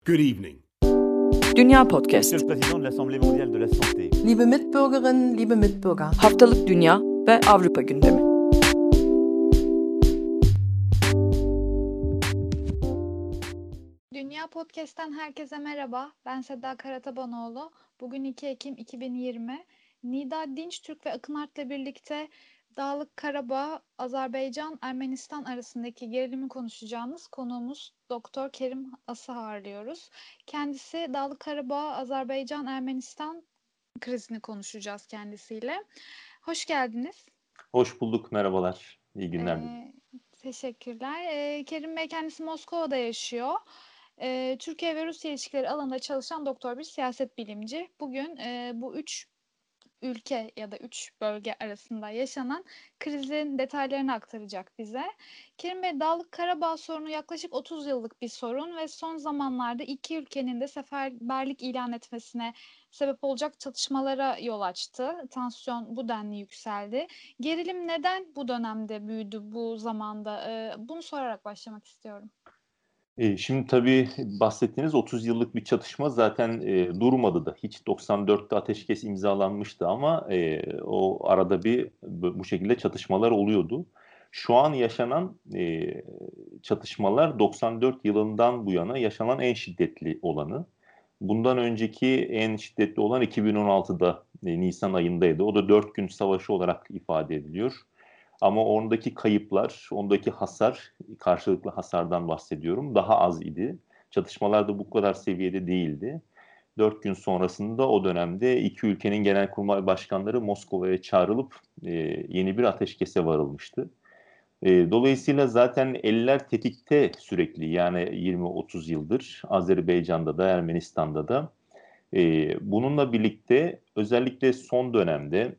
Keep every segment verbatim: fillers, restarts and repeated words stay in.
Good evening. Dünya Podcast. Monsieur le Président de l'Assemblée mondiale de la santé. Liebe Mitbürgerinnen, liebe Mitbürger. Haftalık Dünya ve Avrupa gündemi. Dünya Podcast'ten herkese merhaba. Ben Seda Karatabanoğlu. Bugün iki Ekim iki bin yirmi. Nida Dinçtürk ve Akın Art'la birlikte Dağlık Karabağ, Azerbaycan, Ermenistan arasındaki gerilimi konuşacağımız konuğumuz Doktor Kerim As'ı ağırlıyoruz. Kendisi Dağlık Karabağ, Azerbaycan, Ermenistan krizini konuşacağız kendisiyle. Hoş geldiniz. Hoş bulduk, merhabalar. İyi günler dilerim. Ee, teşekkürler. Ee, Kerim Bey kendisi Moskova'da yaşıyor. Ee, Türkiye ve Rusya ilişkileri alanında çalışan doktor bir siyaset bilimci. Bugün e, bu üç ülke ya da üç bölge arasında yaşanan krizin detaylarını aktaracak bize. Kerim Bey, Dağlık Karabağ sorunu yaklaşık otuz yıllık bir sorun ve son zamanlarda iki ülkenin de seferberlik ilan etmesine sebep olacak çatışmalara yol açtı. Tansiyon bu denli yükseldi. Gerilim neden bu dönemde büyüdü, bu zamanda? Ee, bunu sorarak başlamak istiyorum. E, şimdi tabii bahsettiğiniz otuz yıllık bir çatışma zaten e, durmadı da. Hiç doksan dörtte ateşkes imzalanmıştı ama e, o arada bir bu şekilde çatışmalar oluyordu. Şu an yaşanan e, çatışmalar doksan dört yılından bu yana yaşanan en şiddetli olanı. Bundan önceki en şiddetli olan iki bin on altıda e, Nisan ayındaydı. O da dört gün savaşı olarak ifade ediliyor. Ama ondaki kayıplar, ondaki hasar, karşılıklı hasardan bahsediyorum, daha az idi. Çatışmalar da bu kadar seviyede değildi. Dört gün sonrasında o dönemde iki ülkenin genelkurmay başkanları Moskova'ya çağrılıp e, yeni bir ateşkese varılmıştı. E, dolayısıyla zaten eller tetikte sürekli, yani yirmi otuz yıldır Azerbaycan'da da Ermenistan'da da. E, bununla birlikte özellikle son dönemde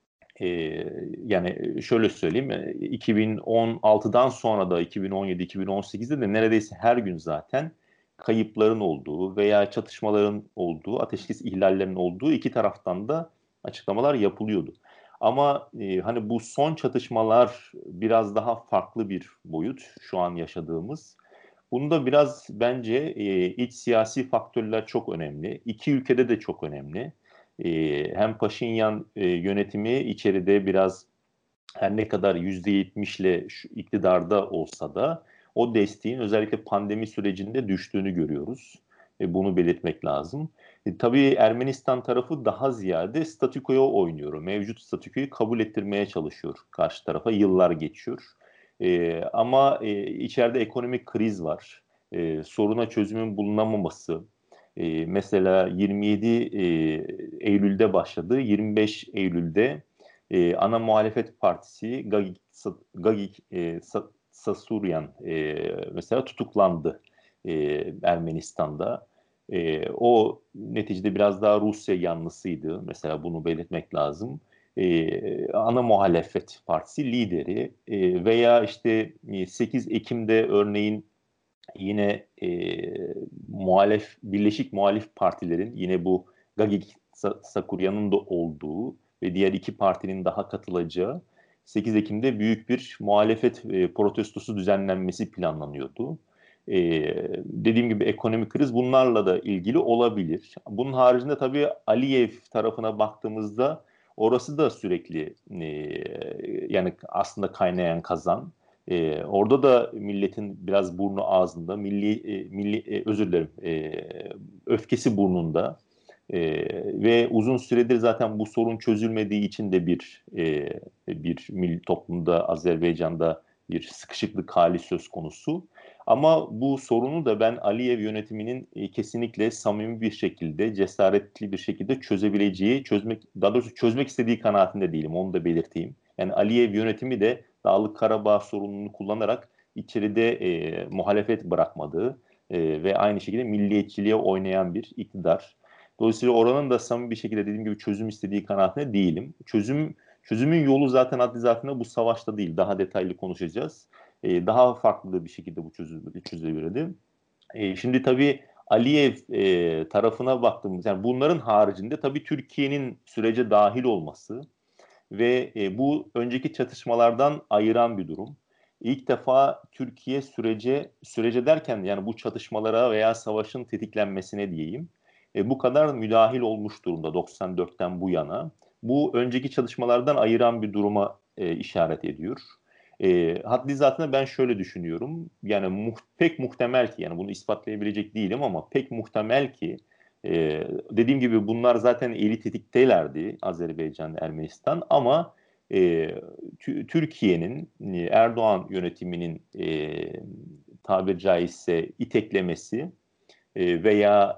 Ee, yani şöyle söyleyeyim, iki bin on altıdan sonra da iki bin on yedi iki bin on sekizde de neredeyse her gün zaten kayıpların olduğu veya çatışmaların olduğu, ateşkes ihlallerinin olduğu iki taraftan da açıklamalar yapılıyordu. Ama e, hani bu son çatışmalar biraz daha farklı bir boyut şu an yaşadığımız. Bunda biraz bence e, iç siyasi faktörler çok önemli. İki ülkede de çok önemli. E, hem Paşinyan e, yönetimi içeride biraz her ne kadar yüzde yetmişle şu iktidarda olsa da o desteğin özellikle pandemi sürecinde düştüğünü görüyoruz. E, bunu belirtmek lazım. E, tabii Ermenistan tarafı daha ziyade statükoya oynuyor. Mevcut statükoyu kabul ettirmeye çalışıyor karşı tarafa. Yıllar geçiyor. E, ama e, içeride ekonomik kriz var. E, soruna çözümün bulunamaması. E, mesela yirmi yedi e, Eylül'de başladı. yirmi beş Eylül'de e, ana muhalefet partisi Gagik, Gagik e, Sasuryan e, mesela tutuklandı e, Ermenistan'da. E, o neticede biraz daha Rusya yanlısıydı. Mesela bunu belirtmek lazım. E, ana muhalefet partisi lideri e, veya işte sekiz Ekim'de örneğin yine e, muhalef Birleşik Muhalif Partilerin, yine bu Gagik Sakuryan'ın da olduğu ve diğer iki partinin daha katılacağı sekiz Ekim'de büyük bir muhalefet e, protestosu düzenlenmesi planlanıyordu. E, dediğim gibi ekonomik kriz bunlarla da ilgili olabilir. Bunun haricinde tabii Aliyev tarafına baktığımızda orası da sürekli e, yani aslında kaynayan kazan. Ee, orada da milletin biraz burnu ağzında, milli, e, milli e, özür dilerim, e, öfkesi burnunda e, ve uzun süredir zaten bu sorun çözülmediği için de bir e, bir milli toplumda, Azerbaycan'da bir sıkışıklık hali söz konusu. Ama bu sorunu da ben Aliyev yönetiminin e, kesinlikle samimi bir şekilde, cesaretli bir şekilde çözebileceği, çözmek, daha doğrusu çözmek istediği kanaatinde değilim. Onu da belirteyim. Yani Aliyev yönetimi de Dağlık Karabağ sorununu kullanarak içeride e, muhalefet bırakmadığı e, ve aynı şekilde milliyetçiliğe oynayan bir iktidar. Dolayısıyla oranın da samimi bir şekilde dediğim gibi çözüm istediği kanaatinde değilim. Çözüm çözümün yolu zaten haddi zatında bu savaşta değil. Daha detaylı konuşacağız. E, daha farklı bir şekilde bu çözüm, çözülebilirdi. E, şimdi tabii Aliyev e, tarafına baktığımız, yani bunların haricinde tabii Türkiye'nin sürece dahil olması ve e, bu önceki çatışmalardan ayıran bir durum. ilk defa Türkiye sürece sürece derken yani bu çatışmalara veya savaşın tetiklenmesine diyeyim e, bu kadar müdahil olmuş durumda doksan dörtten bu yana. Bu önceki çalışmalardan ayıran bir duruma e, işaret ediyor. E, haddi zatında ben şöyle düşünüyorum. Yani muht pek muhtemel ki yani bunu ispatlayabilecek değilim ama pek muhtemel ki e, dediğim gibi bunlar zaten eli tetikteylerdi Azerbaycan, Ermenistan ama e, Türkiye'nin Erdoğan yönetiminin e, tabiri caizse iteklemesi e, veya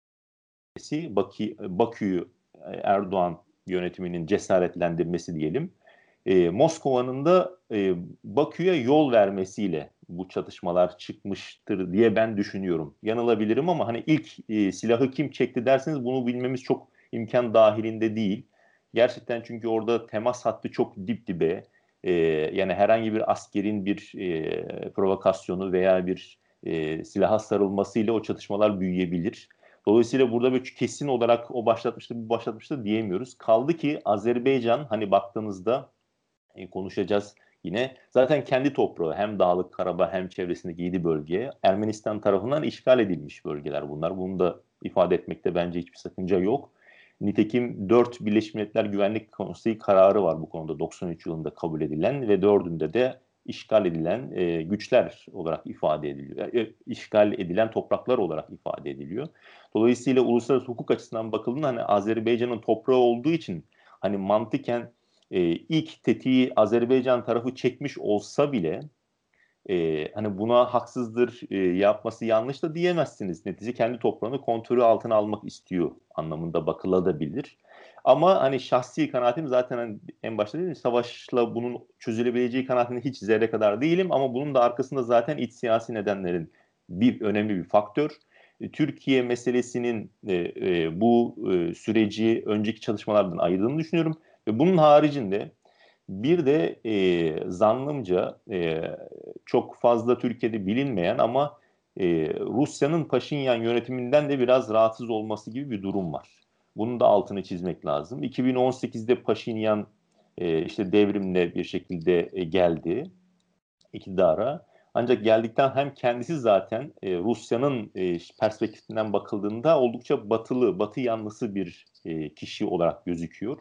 e, Bakü, Bakü'yü Erdoğan yönetiminin cesaretlendirmesi diyelim. E, Moskova'nın da e, Bakü'ye yol vermesiyle bu çatışmalar çıkmıştır diye ben düşünüyorum. Yanılabilirim ama hani ilk e, silahı kim çekti derseniz bunu bilmemiz çok imkan dahilinde değil. Gerçekten çünkü orada temas hattı çok dip dibe. E, yani herhangi bir askerin bir e, provokasyonu veya bir e, silaha sarılmasıyla o çatışmalar büyüyebilir. Dolayısıyla burada bir kesin olarak o başlatmıştı, bu başlatmıştı diyemiyoruz. Kaldı ki Azerbaycan hani baktığınızda e, konuşacağız yine. Zaten kendi toprağı hem Dağlık Karabağ hem çevresindeki yedi bölge Ermenistan tarafından işgal edilmiş bölgeler bunlar. Bunu da ifade etmekte bence hiçbir sakınca yok. Nitekim dört Birleşmiş Milletler Güvenlik Konseyi kararı var bu konuda doksan üç yılında kabul edilen ve dördünde de işgal edilen e, güçler olarak ifade ediliyor. E, işgal edilen topraklar olarak ifade ediliyor. Dolayısıyla uluslararası hukuk açısından bakıldığında hani Azerbaycan'ın toprağı olduğu için hani mantıken e, ilk tetiği Azerbaycan tarafı çekmiş olsa bile e, hani buna haksızdır, e, yapması yanlış da diyemezsiniz. Netice kendi toprağını kontrolü altına almak istiyor anlamında bakılabilir. Ama hani şahsi kanaatim zaten hani en başta dedim savaşla bunun çözülebileceği kanaatinde hiç zerre kadar değilim ama bunun da arkasında zaten iç siyasi nedenlerin bir önemli bir faktör. E, Türkiye meselesinin e, e, bu e, süreci önceki çalışmalardan ayırdığını düşünüyorum ve bunun haricinde bir de e, zannımca e, çok fazla Türkiye'de bilinmeyen ama e, Rusya'nın Paşinyan yönetiminden de biraz rahatsız olması gibi bir durum var. Bunun da altını çizmek lazım. iki bin on sekizde Paşinyan e, işte devrimle bir şekilde e, geldi iktidara. Ancak geldikten hem kendisi zaten e, Rusya'nın e, perspektifinden bakıldığında oldukça batılı, batı yanlısı bir e, kişi olarak gözüküyor.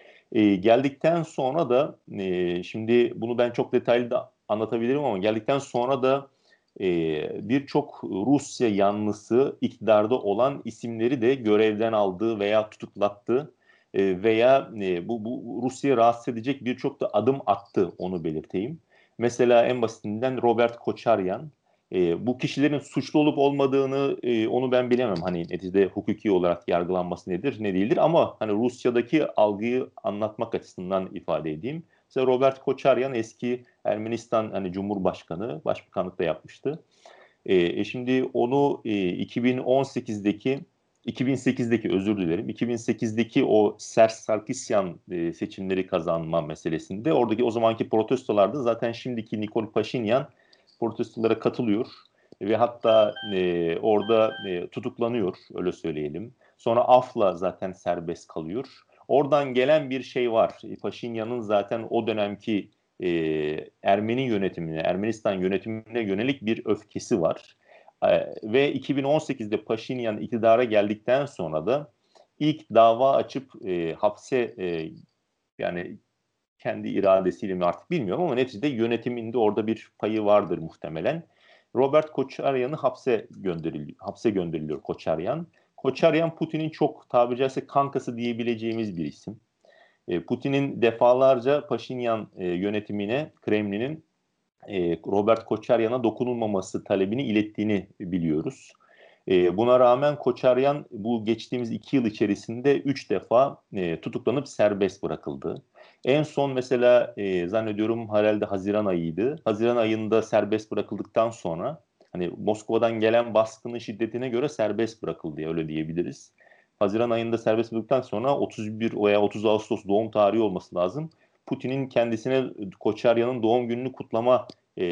E, geldikten sonra da e, şimdi bunu ben çok detaylı da anlatabilirim ama geldikten sonra da e, birçok Rusya yanlısı iktidarda olan isimleri de görevden aldı veya tutuklattı e, veya e, bu, bu Rusya'yı rahatsız edecek birçok da adım attı onu belirteyim. Mesela en basitinden Robert Koçaryan. E, bu kişilerin suçlu olup olmadığını e, onu ben bilemem. Hani neticede hukuki olarak yargılanması nedir ne değildir ama hani Rusya'daki algıyı anlatmak açısından ifade edeyim. Mesela Robert Koçaryan eski Ermenistan hani Cumhurbaşkanı başbakanlık da yapmıştı. E, e şimdi onu e, iki bin on sekizdeki iki bin sekizdeki özür dilerim iki bin sekizdeki o Serj Sarkisyan e, seçimleri kazanma meselesinde oradaki o zamanki protestolarda zaten şimdiki Nikol Paşinyan protestolara katılıyor ve hatta e, orada e, tutuklanıyor öyle söyleyelim. Sonra afla zaten serbest kalıyor. Oradan gelen bir şey var. Paşinyan'ın zaten o dönemki e, Ermeni yönetimine, Ermenistan yönetimine yönelik bir öfkesi var. E, ve iki bin on sekizde Paşinyan iktidara geldikten sonra da ilk dava açıp e, hapse e, yani kendi iradesiyle mi artık bilmiyorum ama neticede yönetiminde orada bir payı vardır muhtemelen. Robert Koçaryan'ı hapse gönderiliyor. Hapse gönderiliyor Koçaryan. Koçaryan Putin'in çok tabiri caizse kankası diyebileceğimiz bir isim. E, Putin'in defalarca Paşinyan e, yönetimine Kremlin'in e, Robert Koçaryan'a dokunulmaması talebini ilettiğini biliyoruz. E, buna rağmen Koçaryan bu geçtiğimiz iki yıl içerisinde üç defa e, tutuklanıp serbest bırakıldı. En son mesela e, zannediyorum herhalde Haziran ayıydı. Haziran ayında serbest bırakıldıktan sonra hani Moskova'dan gelen baskının şiddetine göre serbest bırakıldı öyle diyebiliriz. Haziran ayında serbest bırakıldıktan sonra otuz bir veya otuz Ağustos doğum tarihi olması lazım. Putin'in kendisine Koçaryan'ın doğum gününü kutlama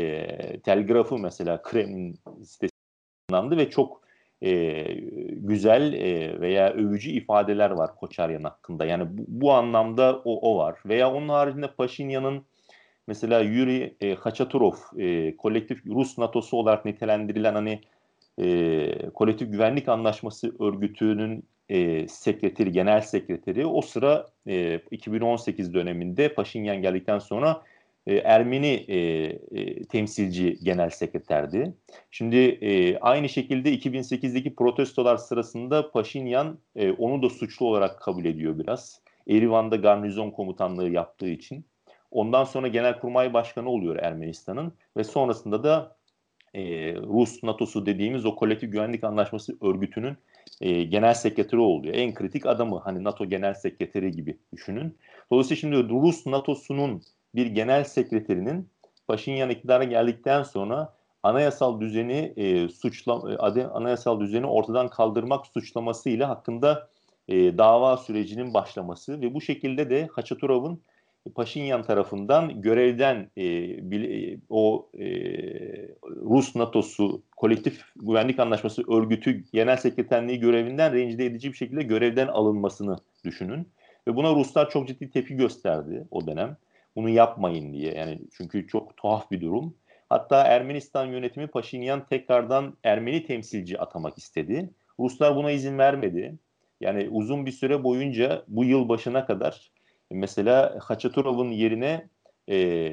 e, telgrafı mesela Kremlin sitesinden ve çok e, güzel e, veya övücü ifadeler var Koçaryan hakkında. Yani bu, bu anlamda o, o var. Veya onun haricinde Paşinyan'ın mesela Yuri e, Haçaturov, e, kolektif Rus NATO'su olarak nitelendirilen hani e, Kolektif Güvenlik Anlaşması Örgütü'nün e, sekreteri, genel sekreteri o sıra e, iki bin on sekiz döneminde Paşinyan geldikten sonra e, Ermeni e, e, temsilci genel sekreterdi. Şimdi e, aynı şekilde iki bin sekizdeki protestolar sırasında Paşinyan e, onu da suçlu olarak kabul ediyor biraz. Erivan'da garnizon komutanlığı yaptığı için. Ondan sonra Genelkurmay Başkanı oluyor Ermenistan'ın ve sonrasında da e, Rus NATO'su dediğimiz o Kolektif Güvenlik Anlaşması Örgütü'nün e, genel sekreteri oluyor. En kritik adamı, hani NATO genel sekreteri gibi düşünün. Dolayısıyla şimdi Rus NATO'sunun bir genel sekreterinin Paşinyan iktidara geldikten sonra anayasal düzeni e, suçla e, anayasal düzeni ortadan kaldırmak suçlamasıyla hakkında e, dava sürecinin başlaması ve bu şekilde de Haçaturov'un Paşinyan tarafından görevden e, bile, o e, Rus NATO'su Kolektif Güvenlik Anlaşması Örgütü Genel Sekreterliği görevinden rencide edici bir şekilde görevden alınmasını düşünün. Ve buna Ruslar çok ciddi tepki gösterdi o dönem. Bunu yapmayın diye. Yani çünkü çok tuhaf bir durum. Hatta Ermenistan yönetimi Paşinyan tekrardan Ermeni temsilci atamak istedi. Ruslar buna izin vermedi. Yani uzun bir süre boyunca bu yıl başına kadar mesela Haçaturov'un yerine e,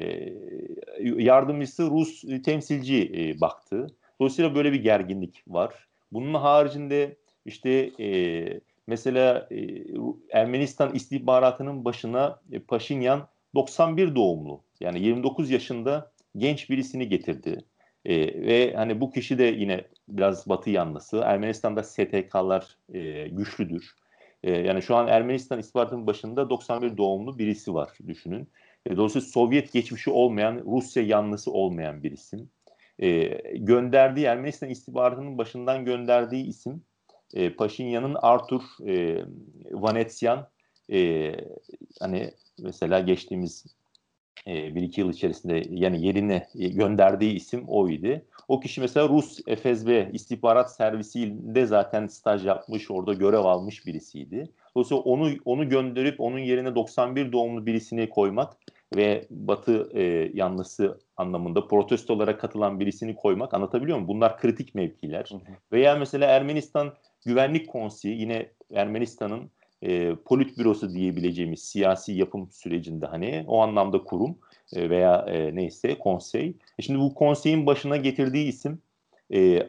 yardımcısı Rus temsilci e, baktı. Dolayısıyla böyle bir gerginlik var. Bunun haricinde işte e, mesela e, Ermenistan istihbaratının başına e, Paşinyan doksan bir doğumlu, yani yirmi dokuz yaşında genç birisini getirdi. E, ve hani bu kişi de yine biraz Batı yanlısı. Ermenistan'da S T K'lar e, güçlüdür. E, yani şu an Ermenistan istihbaratının başında doksan bir doğumlu birisi var düşünün. E, dolayısıyla Sovyet geçmişi olmayan, Rusya yanlısı olmayan bir isim. E, gönderdiği Ermenistan istihbaratının başından gönderdiği isim e, Paşinyan'ın Artur e, Vanetsyan, e, hani mesela geçtiğimiz e, bir iki yıl içerisinde yani yerine e, gönderdiği isim oydu. O kişi mesela Rus F S B istihbarat servisinde zaten staj yapmış, orada görev almış birisiydi. Dolayısıyla onu onu gönderip onun yerine doksan bir doğumlu birisini koymak ve Batı e, yanlısı anlamında protestolara katılan birisini koymak, anlatabiliyor muyum? Bunlar kritik mevkiler. Hı hı. Veya mesela Ermenistan Güvenlik Konseyi, yine Ermenistan'ın e, politbürosu diyebileceğimiz siyasi yapım sürecinde hani o anlamda kurum e, veya e, neyse konsey. E şimdi bu konseyin başına getirdiği isim e,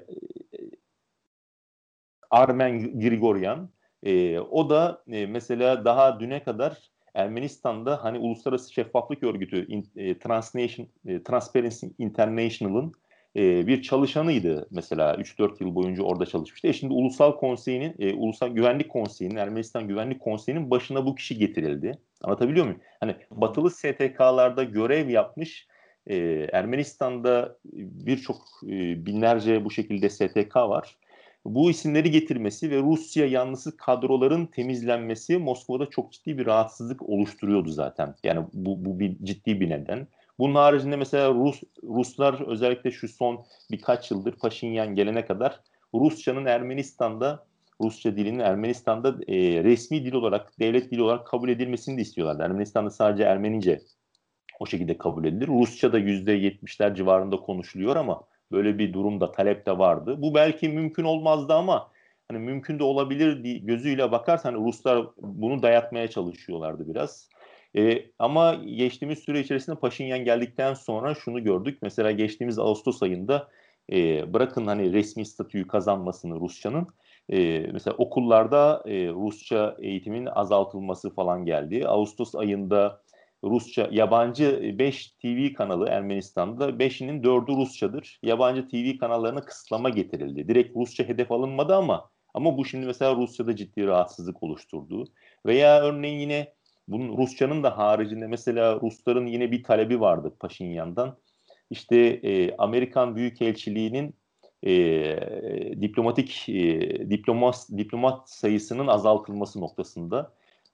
Armen Grigoryan. E, o da e, mesela daha düne kadar Ermenistan'da hani Uluslararası Şeffaflık Örgütü in, e, Transnation, e, Transparency International'ın e, bir çalışanıydı mesela, üç dört yıl boyunca orada çalışmıştı. E şimdi Ulusal Konseyi'nin, e, Ulusal Güvenlik Konseyi'nin, Ermenistan Güvenlik Konseyi'nin başına bu kişi getirildi. Anlatabiliyor muyum? Hani batılı S T K'larda görev yapmış, e, Ermenistan'da birçok e, binlerce bu şekilde S T K var. Bu isimleri getirmesi ve Rusya yanlısı kadroların temizlenmesi Moskova'da çok ciddi bir rahatsızlık oluşturuyordu zaten. Yani bu, bu bir ciddi bir neden. Bunun haricinde mesela Rus Ruslar özellikle şu son birkaç yıldır Paşinyan gelene kadar Rusçanın Ermenistan'da, Rusça dilinin Ermenistan'da e, resmi dil olarak, devlet dili olarak kabul edilmesini de istiyorlardı. Ermenistan'da sadece Ermenice o şekilde kabul edilir. Rusça da yüzde yetmişler civarında konuşuluyor ama böyle bir durumda, talep de vardı. Bu belki mümkün olmazdı ama hani mümkün de olabilir diye gözüyle bakarsan hani Ruslar bunu dayatmaya çalışıyorlardı biraz. Ee, ama geçtiğimiz süre içerisinde Paşinyan geldikten sonra şunu gördük. Mesela geçtiğimiz Ağustos ayında e, bırakın hani resmi statüyü kazanmasını Rusçanın, e, mesela okullarda e, Rusça eğitimin azaltılması falan geldi. Ağustos ayında Rusça, yabancı beş T V kanalı Ermenistan'da beşinin dördü Rusçadır. Yabancı T V kanallarına kısıtlama getirildi. Direkt Rusça hedef alınmadı ama ama bu şimdi mesela Rusya'da ciddi rahatsızlık oluşturdu. Veya örneğin yine bunun Rusçanın da haricinde mesela Rusların yine bir talebi vardı Paşinyan'dan. İşte e, Amerikan Büyükelçiliği'nin e, diplomatik e, diplomat diplomat sayısının azaltılması noktasında.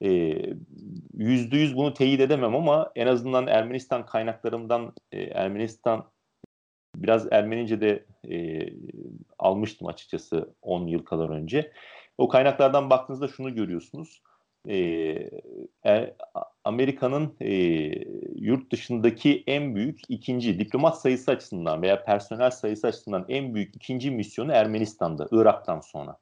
Yüzde yüz bunu teyit edemem ama en azından Ermenistan kaynaklarımdan e, Ermenistan biraz Ermenice de e, almıştım açıkçası on yıl kadar önce. O kaynaklardan baktığınızda şunu görüyorsunuz. e, e, Amerika'nın e, yurt dışındaki en büyük ikinci diplomat sayısı açısından veya personel sayısı açısından en büyük ikinci misyonu Ermenistan'da, Irak'tan sonra.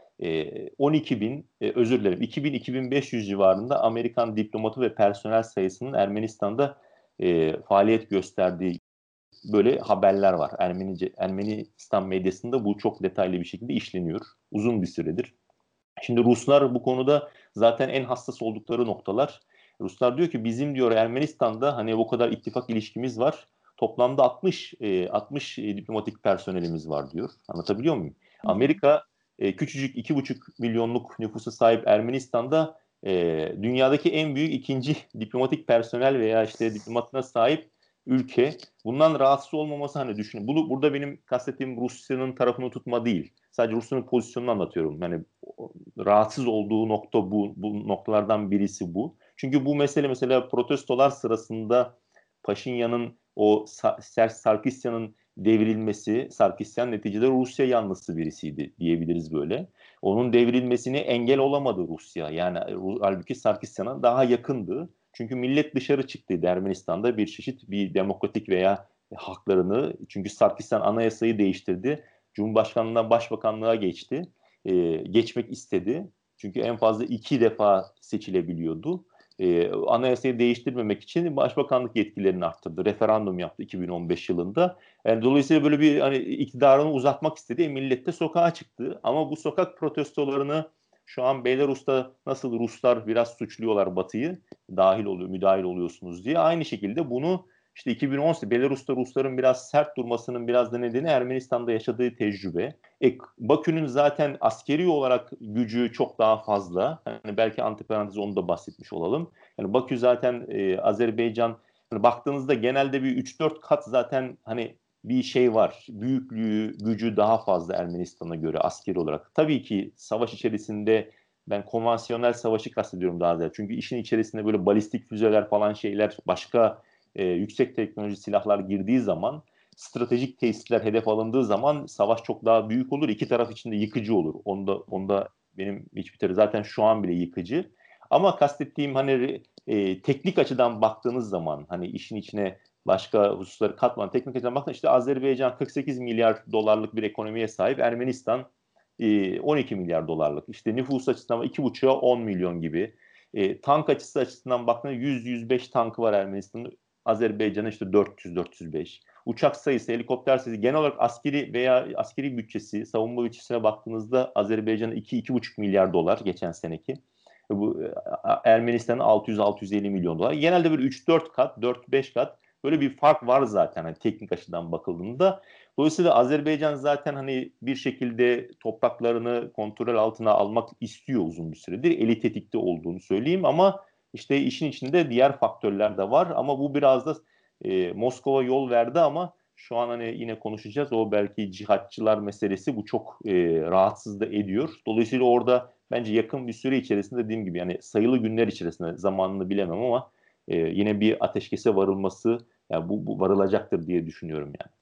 E, on iki bin, e, özür dilerim, iki bin iki bin beş yüz civarında Amerikan diplomatı ve personel sayısının Ermenistan'da e, faaliyet gösterdiği böyle haberler var. Ermenice, Ermenistan medyasında bu çok detaylı bir şekilde işleniyor uzun bir süredir. Şimdi Ruslar bu konuda zaten en hassas oldukları noktalar. Ruslar diyor ki bizim diyor Ermenistan'da hani o kadar ittifak ilişkimiz var. Toplamda altmış e, altmış e, diplomatik personelimiz var diyor. Anlatabiliyor muyum? Hı hı. Amerika e, küçücük iki buçuk milyonluk nüfusa sahip Ermenistan'da e, dünyadaki en büyük ikinci diplomatik personel veya işte diplomatına sahip ülke. Bundan rahatsız olmaması hani düşünün. Bunu burada benim kastettiğim Rusya'nın tarafını tutma değil. Sadece Rusya'nın pozisyonunu anlatıyorum. Yani rahatsız olduğu nokta bu, bu noktalardan birisi bu. Çünkü bu mesele mesela protestolar sırasında Paşinyan'ın o Serj Sarkisyan'ın devrilmesi, Sarkisyan neticede Rusya yanlısı birisiydi diyebiliriz böyle. Onun devrilmesini engel olamadı Rusya. Yani halbuki Sarkisyan'a daha yakındı. Çünkü millet dışarı çıktıydı Ermenistan'da bir çeşit bir demokratik veya haklarını. Çünkü Sarkisyan anayasayı değiştirdi. Cumhurbaşkanlığından başbakanlığa geçti. Ee, geçmek istedi. Çünkü en fazla iki defa seçilebiliyordu. Ee, anayasayı değiştirmemek için başbakanlık yetkilerini arttırdı. Referandum yaptı iki bin on beş yılında. Yani dolayısıyla böyle bir hani iktidarını uzatmak istedi. E, millet de sokağa çıktı. Ama bu sokak protestolarını şu an Belarus'ta nasıl Ruslar biraz suçluyorlar Batı'yı, dahil oluyor, müdahil oluyorsunuz diye. Aynı şekilde bunu işte iki bin on sekiz Belarus'ta Rusların biraz sert durmasının biraz da nedeni Ermenistan'da yaşadığı tecrübe. E, Bakü'nün zaten askeri olarak gücü çok daha fazla. Hani belki antiparantez onu da bahsetmiş olalım. Yani Bakü zaten e, Azerbaycan hani baktığınızda genelde bir üç dört kat zaten hani bir şey var. Büyüklüğü, gücü daha fazla Ermenistan'a göre askeri olarak. Tabii ki savaş içerisinde ben konvansiyonel savaşı kastediyorum daha ziyade. Çünkü işin içerisinde böyle balistik füzeler falan şeyler, başka e, yüksek teknoloji silahlar girdiği zaman, stratejik tesisler hedef alındığı zaman savaş çok daha büyük olur. İki taraf için de yıkıcı olur. Onda onda benim hiçbir tarafı zaten şu an bile yıkıcı. Ama kastettiğim hani e, teknik açıdan baktığınız zaman hani işin içine başka hususları katmadan teknik açıdan baktığınızda işte Azerbaycan kırk sekiz milyar dolarlık bir ekonomiye sahip. Ermenistan e, on iki milyar dolarlık. İşte nüfus açısından iki buçuğa on milyon gibi. E, tank açısı açısından baktığında yüz yüz beş tankı var Ermenistan'ın. Azerbaycan'ın işte dört yüz dört yüz beş. Uçak sayısı, helikopter sayısı, genel olarak askeri veya askeri bütçesi, savunma bütçesine baktığınızda Azerbaycan'ın iki iki buçuk milyar dolar geçen seneki. Bu Ermenistan'ın altı yüz altı yüz elli milyon dolar. Genelde böyle üç dört kat, dört beş kat böyle bir fark var zaten hani teknik açıdan bakıldığında. Dolayısıyla Azerbaycan zaten hani bir şekilde topraklarını kontrol altına almak istiyor uzun bir süredir. Eli tetikte olduğunu söyleyeyim ama işte işin içinde diğer faktörler de var ama bu biraz da e, Moskova yol verdi ama şu an hani yine konuşacağız. O belki cihatçılar meselesi bu çok e, rahatsız da ediyor. Dolayısıyla orada bence yakın bir süre içerisinde dediğim gibi yani sayılı günler içerisinde zamanını bilemem ama e, yine bir ateşkese varılması yani bu, bu varılacaktır diye düşünüyorum yani.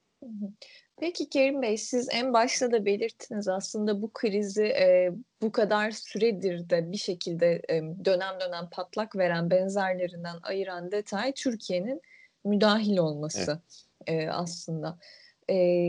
Peki Kerim Bey, siz en başta da belirttiniz aslında bu krizi e, bu kadar süredir de bir şekilde e, dönem dönem patlak veren benzerlerinden ayıran detay Türkiye'nin müdahil olması evet. e, aslında. E,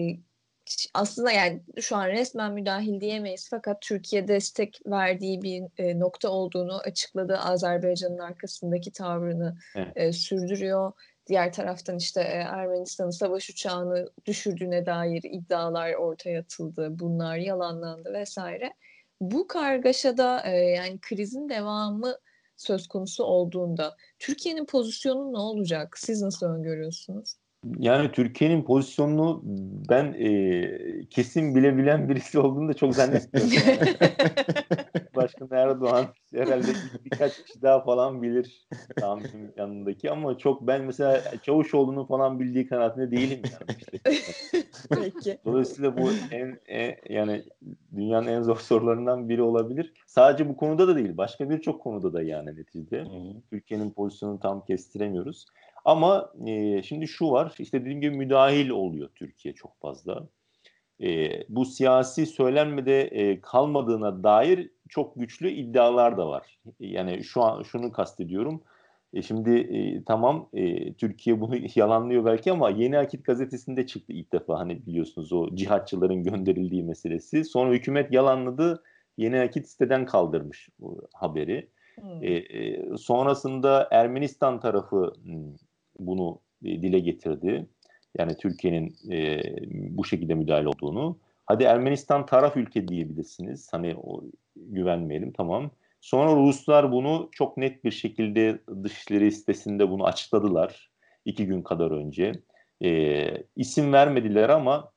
aslında yani şu an resmen müdahil diyemeyiz fakat Türkiye destek verdiği bir e, nokta olduğunu açıkladı. Azerbaycan'ın arkasındaki tavrını evet. e, sürdürüyor. Diğer taraftan işte Ermenistan'ın savaş uçağını düşürdüğüne dair iddialar ortaya atıldı. Bunlar yalanlandı vesaire. Bu kargaşada yani krizin devamı söz konusu olduğunda Türkiye'nin pozisyonu ne olacak? Siz nasıl öngörüyorsunuz? Yani Türkiye'nin pozisyonunu ben e, kesin bilebilen birisi olduğunu da çok zannetmiyorum. Yani. Başkan Erdoğan herhalde birkaç kişi daha falan bilir tahminim yanındaki ama çok ben mesela Çavuşoğlu'nun falan bildiği kanaatinde değilim yani. İşte. Peki. Dolayısıyla bu en, en yani dünyanın en zor sorularından biri olabilir. Sadece bu konuda da değil, başka birçok konuda da yani neticede. Türkiye'nin pozisyonunu tam kestiremiyoruz. Ama e, şimdi şu var, işte dediğim gibi müdahil oluyor Türkiye çok fazla. E, bu siyasi söylenmede e, kalmadığına dair çok güçlü iddialar da var. Yani şu an şunu kastediyorum. E şimdi e, tamam e, Türkiye bunu yalanlıyor belki ama Yeni Akit gazetesinde çıktı ilk defa, hani biliyorsunuz o cihatçıların gönderildiği meselesi. Sonra hükümet yalanladı. Yeni Akit siteden kaldırmış bu haberi. Hmm. E, e, sonrasında Ermenistan tarafı m, bunu e, dile getirdi. Yani Türkiye'nin e, bu şekilde müdahale olduğunu. Hadi Ermenistan taraf ülke diyebilirsiniz. Hani o, güvenmeyelim, tamam. Sonra Ruslar bunu çok net bir şekilde Dışişleri sitesinde bunu açıkladılar. iki gün kadar önce. E, isim vermediler ama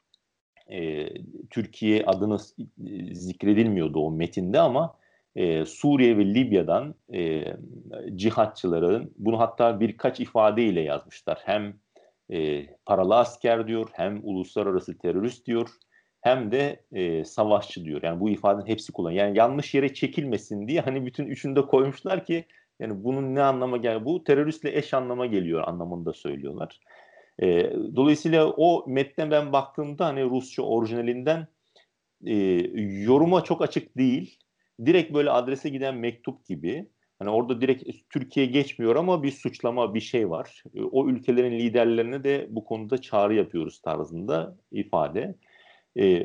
e, Türkiye adını e, zikredilmiyordu o metinde ama e, Suriye ve Libya'dan e, cihatçıların bunu hatta birkaç ifadeyle yazmışlar. Hem e, paralı asker diyor, hem uluslararası terörist diyor, hem de e, savaşçı diyor. Yani bu ifadenin hepsi kullanıyor. Yani yanlış yere çekilmesin diye hani bütün üçünü de koymuşlar ki yani bunun ne anlama gel, bu teröristle eş anlama geliyor anlamında söylüyorlar. E, dolayısıyla o metne ben baktığımda hani Rusça orijinalinden e, yoruma çok açık değil. Direkt böyle adrese giden mektup gibi. Hani orada direkt Türkiye geçmiyor ama bir suçlama, bir şey var. E, o ülkelerin liderlerine de bu konuda çağrı yapıyoruz tarzında ifade. E,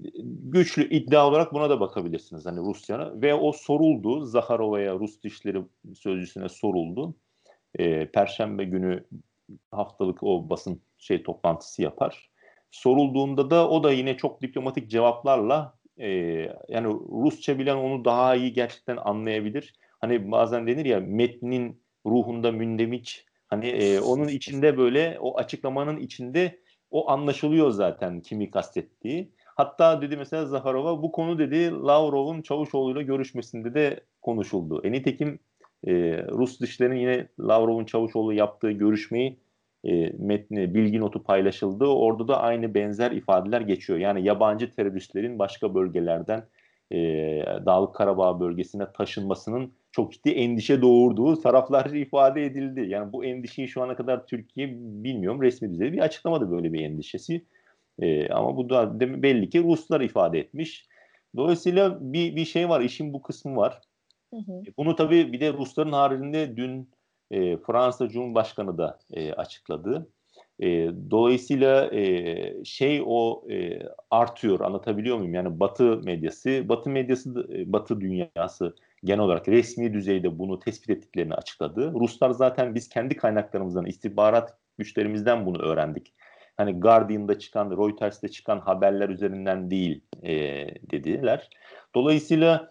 güçlü iddia olarak buna da bakabilirsiniz hani Rusya'na. Ve o soruldu. Zaharova'ya, Rus Dışişleri Sözcüsü'ne soruldu. E, Perşembe günü haftalık o basın şey toplantısı yapar. Sorulduğunda da o da yine çok diplomatik cevaplarla e, yani Rusça bilen onu daha iyi gerçekten anlayabilir. Hani bazen denir ya metnin ruhunda mündemiş, hani e, onun içinde böyle o açıklamanın içinde o anlaşılıyor zaten kimi kastettiği. Hatta dedi mesela Zaharova bu konu dedi Lavrov'un Çavuşoğlu'yla görüşmesinde de konuşuldu. E nitekim e, Rus dışlarının yine Lavrov'un Çavuşoğlu yaptığı görüşmeyi e, metni, bilgi notu paylaşıldı. Orada da aynı benzer ifadeler geçiyor. Yani yabancı teröristlerin başka bölgelerden e, Dağlık Karabağ bölgesine taşınmasının çok ciddi endişe doğurduğu taraflarca ifade edildi. Yani bu endişeyi şu ana kadar Türkiye bilmiyorum resmi düzeyde bir açıklamadı böyle bir endişesi. E, ama bu da belli ki Ruslar ifade etmiş. Dolayısıyla bir, bir şey var, işin bu kısmı var. Hı hı. Bunu tabii bir de Rusların haricinde dün e, Fransa Cumhurbaşkanı da e, açıkladı. E, dolayısıyla e, şey o e, artıyor, anlatabiliyor muyum? Yani Batı medyası, Batı medyası, e, Batı dünyası genel olarak resmi düzeyde bunu tespit ettiklerini açıkladı. Ruslar zaten biz kendi kaynaklarımızdan, istihbarat güçlerimizden bunu öğrendik. Hani Guardian'da çıkan, Reuters'te çıkan haberler üzerinden değil e, dediler. Dolayısıyla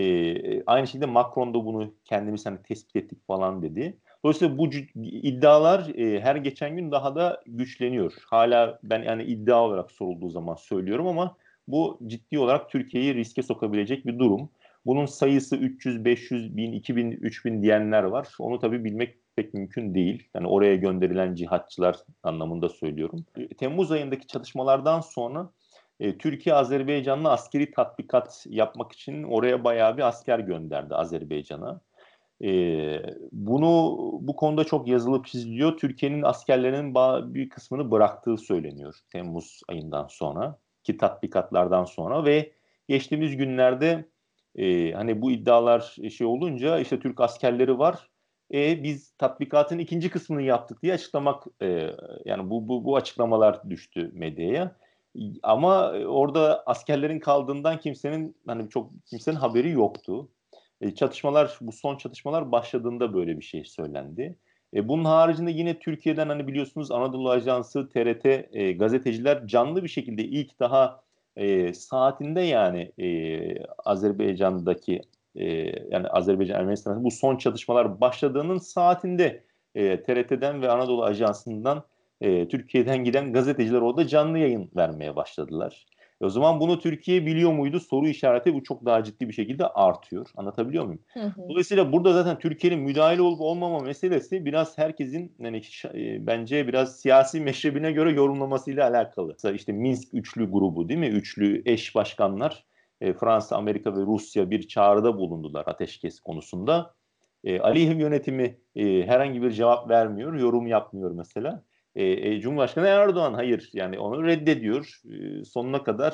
ee, aynı şekilde Macron da bunu kendimiz hani tespit ettik falan dedi. Dolayısıyla bu iddialar e, her geçen gün daha da güçleniyor. Hala ben yani iddia olarak sorulduğu zaman söylüyorum ama bu ciddi olarak Türkiye'yi riske sokabilecek bir durum. Bunun sayısı üç yüz, beş yüz, bin, iki bin, üç bin diyenler var. Onu tabii bilmek pek mümkün değil. Yani oraya gönderilen cihatçılar anlamında söylüyorum. Temmuz ayındaki çatışmalardan sonra e, Türkiye Azerbaycan'la askeri tatbikat yapmak için oraya bayağı bir asker gönderdi Azerbaycan'a. E, bunu bu konuda çok yazılıp çiziliyor. Türkiye'nin askerlerinin bir kısmını bıraktığı söyleniyor Temmuz ayından sonra ki tatbikatlardan sonra ve geçtiğimiz günlerde e, hani bu iddialar şey olunca işte Türk askerleri var. E, biz tatbikatın ikinci kısmını yaptık diye açıklamak e, yani bu, bu bu açıklamalar düştü medyaya. Ama orada askerlerin kaldığından kimsenin hani çok kimsenin haberi yoktu. E, çatışmalar bu son çatışmalar başladığında böyle bir şey söylendi. E, bunun haricinde yine Türkiye'den hani biliyorsunuz Anadolu Ajansı, T R T e, gazeteciler canlı bir şekilde ilk daha e, saatinde yani e, Azerbaycan'daki e, yani Azerbaycan Ermenistan bu son çatışmalar başladığının saatinde e, T R T'den ve Anadolu Ajansı'ndan e, Türkiye'den giden gazeteciler orada canlı yayın vermeye başladılar. E o zaman bunu Türkiye biliyor muydu? Soru işareti bu çok daha ciddi bir şekilde artıyor. Anlatabiliyor muyum? Hı hı. Dolayısıyla burada zaten Türkiye'nin müdahale olup olmama meselesi biraz herkesin yani e, bence biraz siyasi meşrebine göre yorumlamasıyla alakalı. Mesela işte Minsk Üçlü grubu değil mi? Üçlü eş başkanlar e, Fransa, Amerika ve Rusya bir çağrıda bulundular ateşkes konusunda. E, Aliyev yönetimi e, herhangi bir cevap vermiyor, yorum yapmıyor mesela. E, e, Cumhurbaşkanı Erdoğan hayır yani onu reddediyor. E, sonuna kadar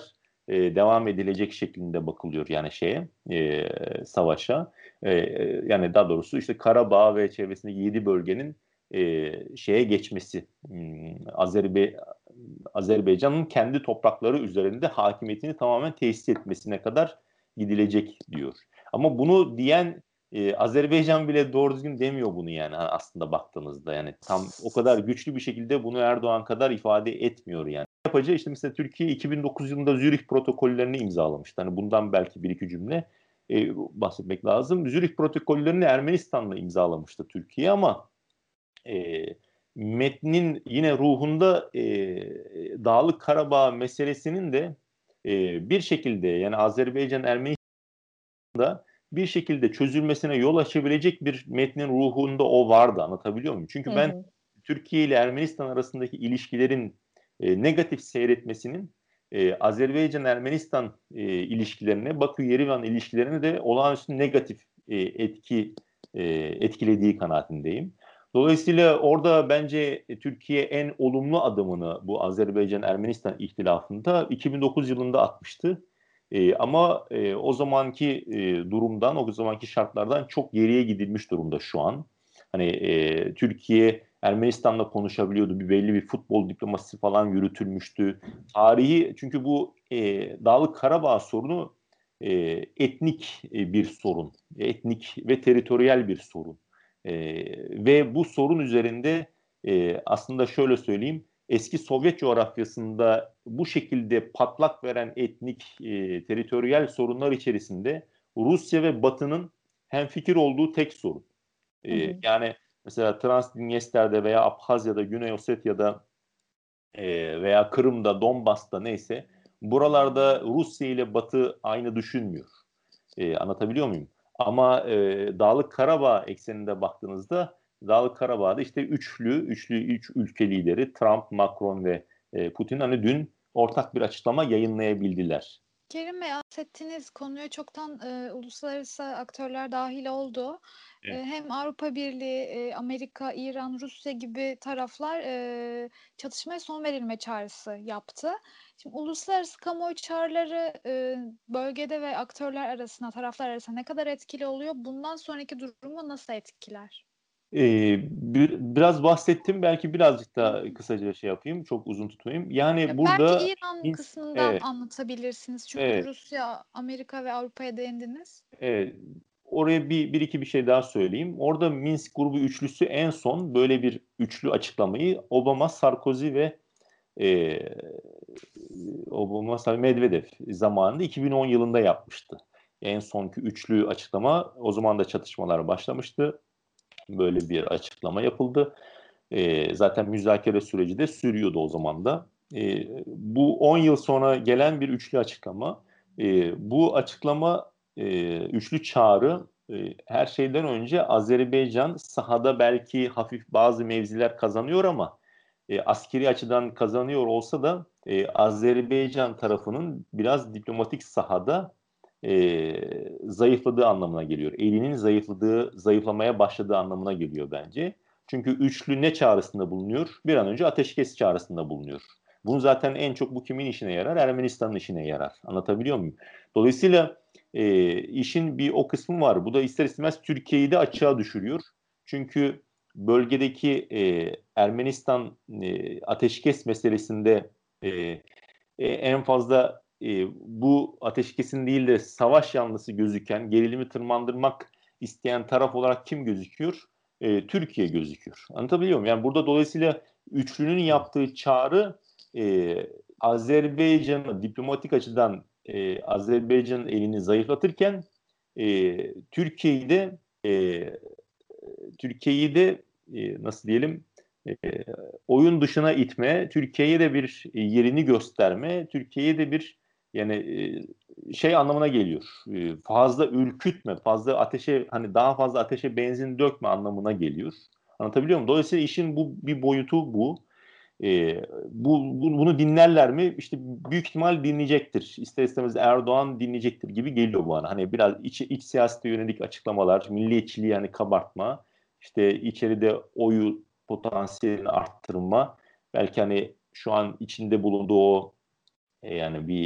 e, devam edilecek şeklinde bakılıyor yani şeye, e, savaşa. E, yani daha doğrusu işte Karabağ ve çevresindeki yedi bölgenin e, şeye geçmesi, hmm, Azerbe Azerbaycan'ın kendi toprakları üzerinde hakimiyetini tamamen tesis etmesine kadar gidilecek diyor. Ama bunu diyen e, Azerbaycan bile doğru düzgün demiyor bunu yani aslında baktığınızda, yani tam o kadar güçlü bir şekilde bunu Erdoğan kadar ifade etmiyor yani. Yapacağı işte mesela Türkiye iki bin dokuz yılında Zürih protokollerini imzalamıştı. Hani bundan belki bir iki cümle e, bahsetmek lazım. Zürih protokollerini Ermenistan'la imzalamıştı Türkiye ama e, metnin yine ruhunda e, Dağlık Karabağ meselesinin de e, bir şekilde yani Azerbaycan Ermenistan'da bir şekilde çözülmesine yol açabilecek bir metnin ruhunda o vardı, anlatabiliyor muyum? Çünkü Hı ben hı. Türkiye ile Ermenistan arasındaki ilişkilerin e, negatif seyretmesinin e, Azerbaycan-Ermenistan e, ilişkilerine, Bakü-Yerivan ilişkilerine de olağanüstü negatif e, etki e, etkilediği kanaatindeyim. Dolayısıyla orada bence Türkiye en olumlu adımını bu Azerbaycan-Ermenistan ihtilafında iki bin dokuz yılında atmıştı. E, ama e, o zamanki e, durumdan, o zamanki şartlardan çok geriye gidilmiş durumda şu an. Hani e, Türkiye Ermenistan'la konuşabiliyordu. Bir belli bir futbol diplomasisi falan yürütülmüştü. Tarihi, çünkü bu e, Dağlık Karabağ sorunu e, etnik e, bir sorun. Etnik ve teritoryal bir sorun. E, ve bu sorun üzerinde e, aslında şöyle söyleyeyim, eski Sovyet coğrafyasında bu şekilde patlak veren etnik, e, teritoryal sorunlar içerisinde Rusya ve Batı'nın hemfikir olduğu tek sorun. Hı E, hı. yani mesela Transdinyester'de veya Abhazya'da, Güney Osetya'da e, veya Kırım'da, Donbas'ta neyse, buralarda Rusya ile Batı aynı düşünmüyor. E, anlatabiliyor muyum? Ama e, Dağlık Karabağ ekseninde baktığınızda Dağlık Karabağ'da işte üçlü, üçlü üç ülke lideri Trump, Macron ve e, Putin hani dün ortak bir açıklama yayınlayabildiler. Kerim Bey, bahsettiğiniz konuya çoktan e, uluslararası aktörler dahil oldu. E, Evet. hem Avrupa Birliği, e, Amerika, İran, Rusya gibi taraflar e, çatışmaya son verilme çağrısı yaptı. Şimdi uluslararası kamuoyu çağrıları e, bölgede ve aktörler arasında, taraflar arasında ne kadar etkili oluyor? Bundan sonraki durumu nasıl etkiler? Ee, bir, biraz bahsettim, belki birazcık daha kısaca şey yapayım, çok uzun tutmayayım. Ya Yani belki burada İran biz, kısmından evet, anlatabilirsiniz. Çünkü evet, Rusya, Amerika ve Avrupa'ya değindiniz. evet. Oraya bir, bir iki bir şey daha söyleyeyim. Orada Minsk grubu üçlüsü en son böyle bir üçlü açıklamayı Obama, Sarkozy ve e, Obama, Sarkozy, Medvedev zamanında iki bin on yılında yapmıştı. En sonki üçlü açıklama, o zaman da çatışmalar başlamıştı. Böyle bir açıklama yapıldı. E, zaten müzakere süreci de sürüyordu o zaman da. E, bu on yıl sonra gelen bir üçlü açıklama. E, bu açıklama, e, üçlü çağrı, e, her şeyden önce Azerbaycan sahada belki hafif bazı mevziler kazanıyor ama e, askeri açıdan kazanıyor olsa da e, Azerbaycan tarafının biraz diplomatik sahada e, zayıfladığı anlamına geliyor. Elinin zayıfladığı, zayıflamaya başladığı anlamına geliyor bence. Çünkü üçlü ne çağrısında bulunuyor? Bir an önce ateşkes çağrısında bulunuyor. Bunu zaten en çok bu kimin işine yarar? Ermenistan'ın işine yarar. Anlatabiliyor muyum? Dolayısıyla e, işin bir o kısmı var. Bu da ister istemez Türkiye'yi de açığa düşürüyor. Çünkü bölgedeki e, Ermenistan e, ateşkes meselesinde e, e, en fazla e, bu ateşkesin değil de savaş yanlısı gözüken, gerilimi tırmandırmak isteyen taraf olarak kim gözüküyor? E, Türkiye gözüküyor. Anlatabiliyor muyum? Yani burada dolayısıyla üçlünün yaptığı çağrı e, Azerbaycan'ı diplomatik açıdan e, Azerbaycan'ın elini zayıflatırken e, Türkiye'yi de e, Türkiye'yi de e, nasıl diyelim, e, oyun dışına itme, Türkiye'ye de bir yerini gösterme, Türkiye'ye de bir yani e, şey anlamına geliyor. E, fazla ürkütme, fazla ateşe, hani daha fazla ateşe benzin dökme anlamına geliyor. Anlatabiliyor muyum? Dolayısıyla işin bu bir boyutu bu. E, bu, bu bunu dinlerler mi? İşte büyük ihtimal dinleyecektir. İster istemez Erdoğan dinleyecektir gibi geliyor bana. Hani biraz iç, iç siyasete yönelik açıklamalar, milliyetçiliği yani kabartma, işte içeride oyu potansiyelini arttırma, belki hani şu an içinde bulunduğu o e, yani bir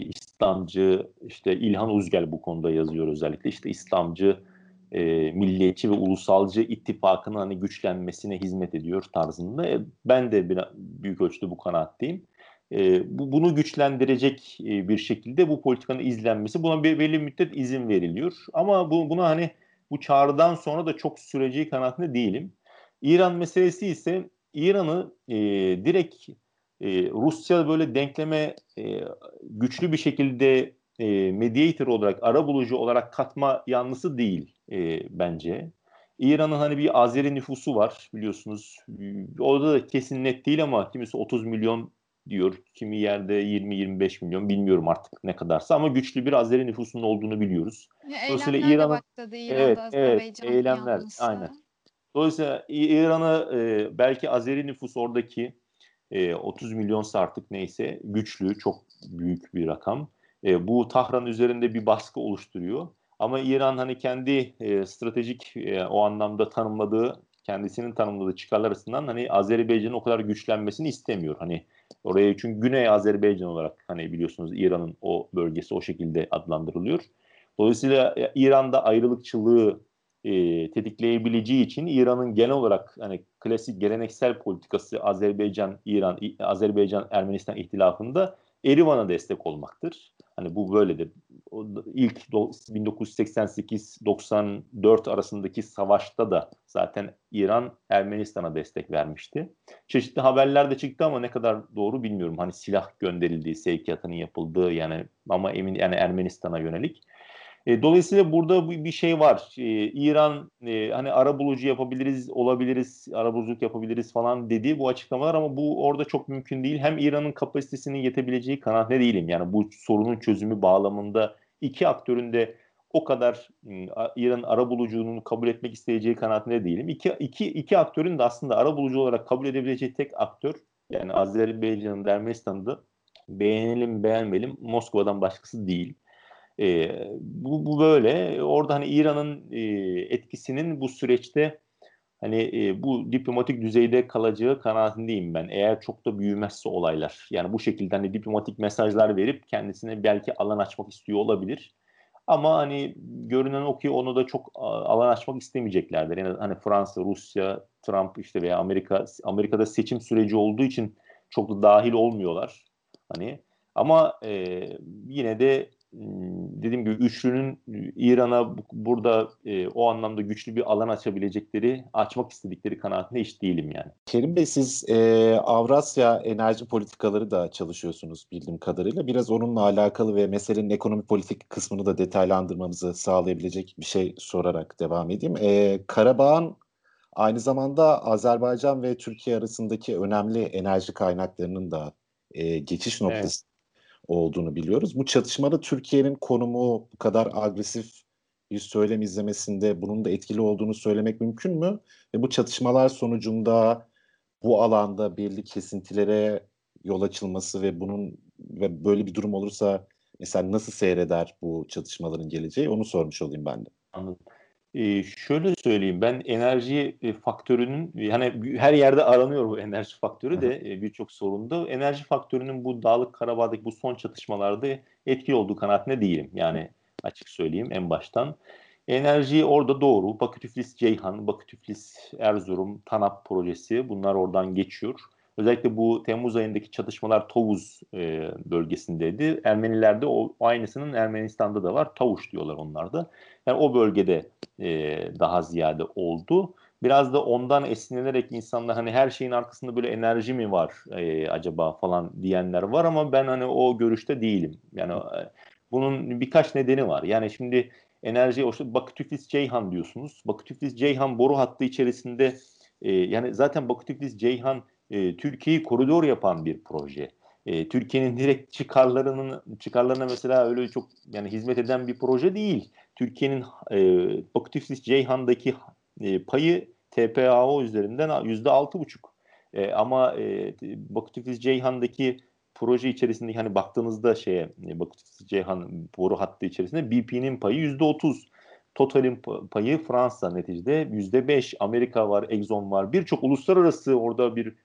İslamcı, işte İlhan Uzgel bu konuda yazıyor özellikle. İşte İslamcı, e, milliyetçi ve ulusalcı ittifakının hani güçlenmesine hizmet ediyor tarzında. E, ben de bir, büyük ölçüde bu kanaatteyim. E, bu, bunu güçlendirecek e, bir şekilde bu politikanın izlenmesi, buna bir belli bir müddet izin veriliyor. Ama bu, buna hani bu çağrıdan sonra da çok süreceği kanaatinde değilim. İran meselesi ise İran'ı e, direkt e, Rusya böyle denkleme e, güçlü bir şekilde e, mediator olarak, arabulucu olarak katma yanlısı değil e, bence. İran'ın hani bir Azeri nüfusu var biliyorsunuz. Orada da kesin net değil ama kimisi otuz milyon diyor. Kimi yerde yirmi yirmi beş milyon, bilmiyorum artık ne kadarsa, ama güçlü bir Azeri nüfusunun olduğunu biliyoruz. Ya, Dolayısıyla eylemler de İran'ın, başladı evet İran'da evet, Azerbaycan eylemler yanlısı. aynen. Dolayısıyla İran'ı e, belki Azeri nüfus oradaki e, otuz milyonsa artık neyse, güçlü, çok büyük bir rakam. E, bu Tahran üzerinde bir baskı oluşturuyor. Ama İran hani kendi e, stratejik e, o anlamda tanımladığı, kendisinin tanımladığı çıkarlar arasından hani Azerbaycan'ın o kadar güçlenmesini istemiyor. Hani oraya, çünkü Güney Azerbaycan olarak hani biliyorsunuz İran'ın o bölgesi o şekilde adlandırılıyor. Dolayısıyla e, İran'da ayrılıkçılığı e, tetikleyebileceği için İran'ın genel olarak hani klasik geleneksel politikası Azerbaycan İran Azerbaycan Ermenistan ihtilafında Erivan'a destek olmaktır. Hani bu böyledir. O, ilk bin dokuz yüz seksen sekiz doksan dört arasındaki savaşta da zaten İran Ermenistan'a destek vermişti. Çeşitli haberler de çıktı ama ne kadar doğru bilmiyorum. Hani silah gönderildiği, sevkiyatının yapıldığı, yani ama emin, yani Ermenistan'a yönelik. E, dolayısıyla burada bir şey var. E, İran e, hani arabulucu yapabiliriz, olabiliriz, arabuluculuk yapabiliriz falan dedi bu açıklamalar, ama bu orada çok mümkün değil. Hem İran'ın kapasitesinin yetebileceği kanaatinde değilim. Yani bu sorunun çözümü bağlamında iki aktörün de o kadar İran'ın arabuluculuğunu kabul etmek isteyeceği kanaatinde değilim. İki, iki, iki aktörün de aslında arabulucu olarak kabul edebileceği tek aktör, yani Azerbaycan'ın, Ermenistan'da, beğenelim beğenmeyelim, Moskova'dan başkası değil. E, bu, bu böyle. Orada hani İran'ın e, etkisinin bu süreçte hani e, bu diplomatik düzeyde kalacağı kanaatindeyim ben. Eğer çok da büyümezse olaylar. Yani bu şekilde hani diplomatik mesajlar verip kendisine belki alan açmak istiyor olabilir. Ama hani görünen o ki onu da çok alan açmak istemeyeceklerdir. Yani hani Fransa, Rusya, Trump işte veya Amerika, Amerika'da seçim süreci olduğu için çok da dahil olmuyorlar. Hani ama e, yine de dediğim gibi üçlünün İran'a burada e, o anlamda güçlü bir alan açabilecekleri, açmak istedikleri kanaatinde hiç değilim yani. Kerim Bey, siz e, Avrasya enerji politikaları da çalışıyorsunuz bildiğim kadarıyla. Biraz onunla alakalı ve meselenin ekonomi politik kısmını da detaylandırmamızı sağlayabilecek bir şey sorarak devam edeyim. E, Karabağ'ın aynı zamanda Azerbaycan ve Türkiye arasındaki önemli enerji kaynaklarının da e, geçiş noktası evet. olduğunu biliyoruz. Bu çatışmada Türkiye'nin konumu bu kadar agresif bir söylem izlemesinde bunun da etkili olduğunu söylemek mümkün mü? Ve bu çatışmalar sonucunda bu alanda belli kesintilere yol açılması ve bunun ve böyle bir durum olursa mesela nasıl seyreder bu çatışmaların geleceği, onu sormuş olayım ben de. Anladım. Ee, şöyle söyleyeyim, ben enerji e, faktörünün, yani her yerde aranıyor bu enerji faktörü de e, birçok sorunda. Enerji faktörünün bu Dağlık Karabağ'daki bu son çatışmalarda etkili olduğu kanaatinde değilim. Yani açık söyleyeyim en baştan. Enerji orada doğru. Bakü Tiflis Ceyhan, Bakü Tiflis Erzurum, TANAP projesi, bunlar oradan geçiyor. Özellikle bu Temmuz ayındaki çatışmalar Tovuz e, bölgesindeydi. Ermenilerde o aynısının Ermenistan'da da var. Tavuş diyorlar onlar da. Yani o bölgede e, daha ziyade oldu. Biraz da ondan esinlenerek insanlar hani her şeyin arkasında böyle enerji mi var e, acaba falan diyenler var, ama ben hani o görüşte değilim. Yani e, bunun birkaç nedeni var. Yani şimdi enerji, o işte Bakü Tiflis Ceyhan diyorsunuz. Bakü Tiflis Ceyhan boru hattı içerisinde e, yani zaten Bakü Tiflis Ceyhan e, Türkiye'yi koridor yapan bir proje. E, Türkiye'nin direkt çıkarlarının çıkarlarına mesela öyle çok yani hizmet eden bir proje değil. Türkiye'nin e, Bakü Tiflis Ceyhan'daki e, payı T P A O üzerinden yüzde altı buçuk. E, ama e, Bakü Tiflis Ceyhan'daki proje içerisinde hani baktığınızda şeye Bakü Tiflis Ceyhan boru hattı içerisinde B P'nin payı yüzde otuz. Total'in payı Fransa neticede yüzde beş. Amerika var, Exxon var. Birçok uluslararası orada bir